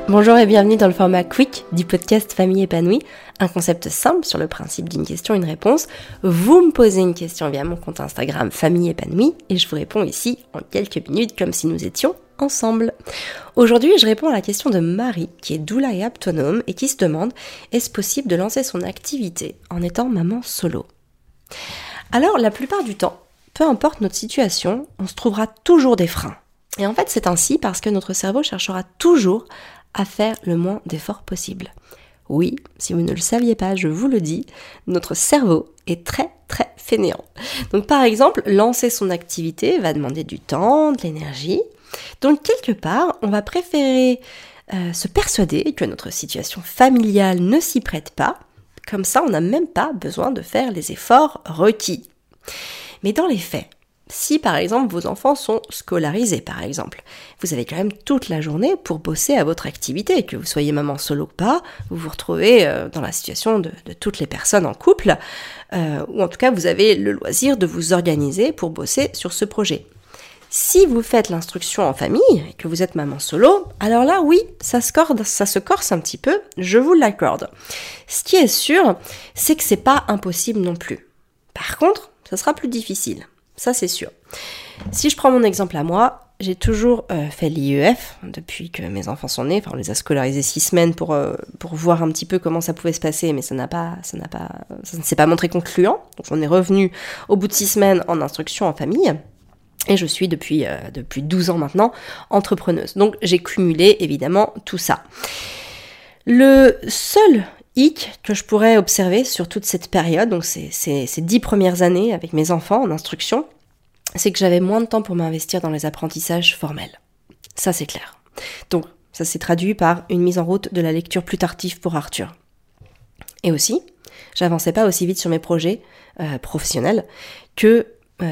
Bonjour et bienvenue dans le format Quick du podcast Famille épanouie, un concept simple sur le principe d'une question, une réponse. Vous me posez une question via mon compte Instagram Famille épanouie et je vous réponds ici en quelques minutes comme si nous étions ensemble. Aujourd'hui, je réponds à la question de Marie qui est doula et aptonome et qui se demande est-ce possible de lancer son activité en étant maman solo ? Alors, la plupart du temps, peu importe notre situation, on se trouvera toujours des freins. Et en fait, c'est ainsi parce que notre cerveau cherchera toujours à faire le moins d'efforts possible. Oui, si vous ne le saviez pas, je vous le dis, notre cerveau est très fainéant. Donc par exemple, lancer son activité va demander du temps, de l'énergie. Donc quelque part, on va préférer se persuader que notre situation familiale ne s'y prête pas. Comme ça, on n'a même pas besoin de faire les efforts requis. Mais dans les faits, si par exemple vos enfants sont scolarisés par exemple, vous avez quand même toute la journée pour bosser à votre activité, que vous soyez maman solo ou pas, vous vous retrouvez dans la situation de toutes les personnes en couple, ou en tout cas vous avez le loisir de vous organiser pour bosser sur ce projet. Si vous faites l'instruction en famille et que vous êtes maman solo, alors là oui, ça se corse un petit peu, je vous l'accorde. Ce qui est sûr, c'est que c'est pas impossible non plus. Par contre, ça sera plus difficile. Ça, c'est sûr. Si je prends mon exemple à moi, j'ai toujours fait l'IEF depuis que mes enfants sont nés. Enfin, on les a scolarisés 6 semaines pour voir un petit peu comment ça pouvait se passer, mais ça ne s'est pas montré concluant. Donc, on est revenu au bout de 6 semaines en instruction en famille. Et je suis depuis 12 ans maintenant entrepreneuse. Donc, j'ai cumulé évidemment tout ça. Le seul hic que je pourrais observer sur toute cette période, donc ces 10 premières années avec mes enfants en instruction, c'est que j'avais moins de temps pour m'investir dans les apprentissages formels. Ça, c'est clair. Donc, ça s'est traduit par une mise en route de la lecture plus tardive pour Arthur. Et aussi, j'avançais pas aussi vite sur mes projets professionnels que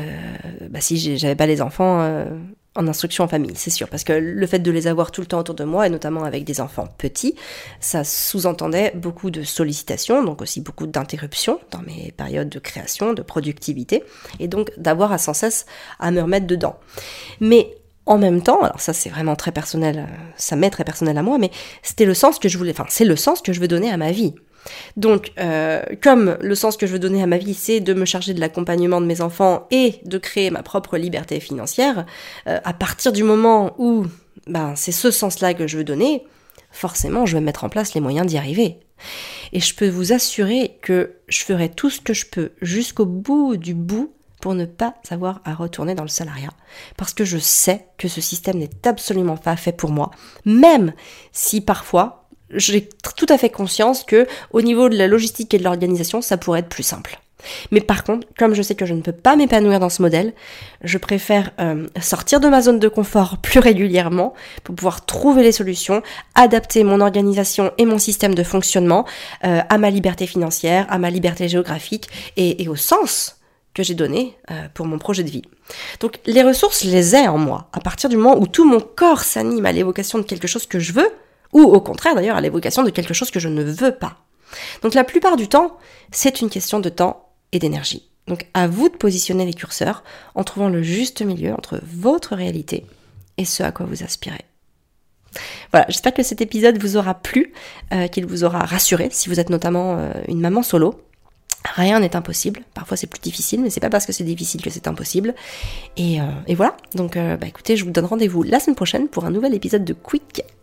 si j'avais pas les enfants en instruction en famille, c'est sûr, parce que le fait de les avoir tout le temps autour de moi, et notamment avec des enfants petits, ça sous-entendait beaucoup de sollicitations, donc aussi beaucoup d'interruptions dans mes périodes de création, de productivité, et donc d'avoir sans cesse à me remettre dedans. Mais en même temps, alors ça c'est vraiment très personnel, ça m'est très personnel à moi, mais c'est le sens que je veux donner à ma vie. Donc, comme le sens que je veux donner à ma vie, c'est de me charger de l'accompagnement de mes enfants et de créer ma propre liberté financière, à partir du moment où c'est ce sens-là que je veux donner, forcément, je vais mettre en place les moyens d'y arriver. Et je peux vous assurer que je ferai tout ce que je peux jusqu'au bout du bout pour ne pas avoir à retourner dans le salariat. Parce que je sais que ce système n'est absolument pas fait pour moi, même si parfois j'ai tout à fait conscience que au niveau de la logistique et de l'organisation, ça pourrait être plus simple. Mais par contre, comme je sais que je ne peux pas m'épanouir dans ce modèle, je préfère sortir de ma zone de confort plus régulièrement pour pouvoir trouver les solutions, adapter mon organisation et mon système de fonctionnement à ma liberté financière, à ma liberté géographique et au sens que j'ai donné pour mon projet de vie. Donc les ressources, je les ai en moi. À partir du moment où tout mon corps s'anime à l'évocation de quelque chose que je veux, ou au contraire d'ailleurs à l'évocation de quelque chose que je ne veux pas. Donc la plupart du temps, c'est une question de temps et d'énergie. Donc à vous de positionner les curseurs en trouvant le juste milieu entre votre réalité et ce à quoi vous aspirez. Voilà, j'espère que cet épisode vous aura plu, qu'il vous aura rassuré si vous êtes notamment une maman solo. Rien n'est impossible, parfois c'est plus difficile, mais c'est pas parce que c'est difficile que c'est impossible. Et voilà, donc écoutez, je vous donne rendez-vous la semaine prochaine pour un nouvel épisode de Quick.